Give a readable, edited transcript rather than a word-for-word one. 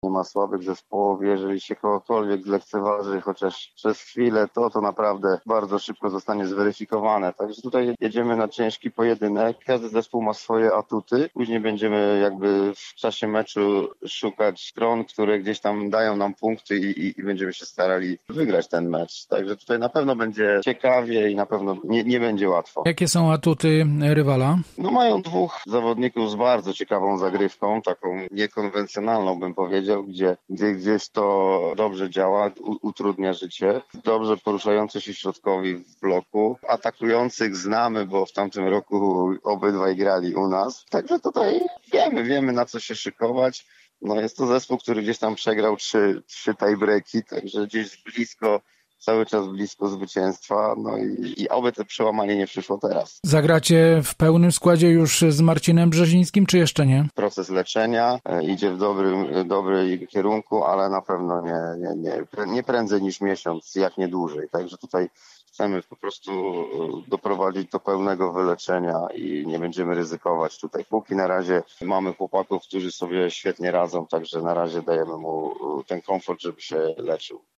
Nie ma słabych zespołów, jeżeli się kogokolwiek zlekceważy, chociaż przez chwilę, to naprawdę bardzo szybko zostanie zweryfikowane. Także tutaj jedziemy na ciężki pojedynek. Każdy zespół ma swoje atuty. Później będziemy jakby w czasie meczu szukać stron, które gdzieś tam dają nam punkty i będziemy się starali wygrać ten mecz. Także tutaj na pewno będzie ciekawie i na pewno nie będzie łatwo. Jakie są atuty rywala? No mają dwóch zawodników z bardzo ciekawą zagrywką, taką niekonwencjonalną bym powiedział, gdzie gdzieś to dobrze działa, utrudnia życie. Dobrze poruszający się środkowi w bloku. Atakujących znamy, bo w tamtym roku obydwaj grali u nas. Także tutaj wiemy na co się szykować. No jest to zespół, który gdzieś tam przegrał trzy tiebreaki, także gdzieś cały czas blisko zwycięstwa, no i oby to przełamanie nie przyszło teraz. Zagracie w pełnym składzie już z Marcinem Brzezińskim, czy jeszcze nie? Proces leczenia idzie w dobrym kierunku, ale na pewno nie prędzej niż miesiąc, jak nie dłużej. Także tutaj chcemy po prostu doprowadzić do pełnego wyleczenia i nie będziemy ryzykować tutaj. Póki na razie mamy chłopaków, którzy sobie świetnie radzą, także na razie dajemy mu ten komfort, żeby się leczył.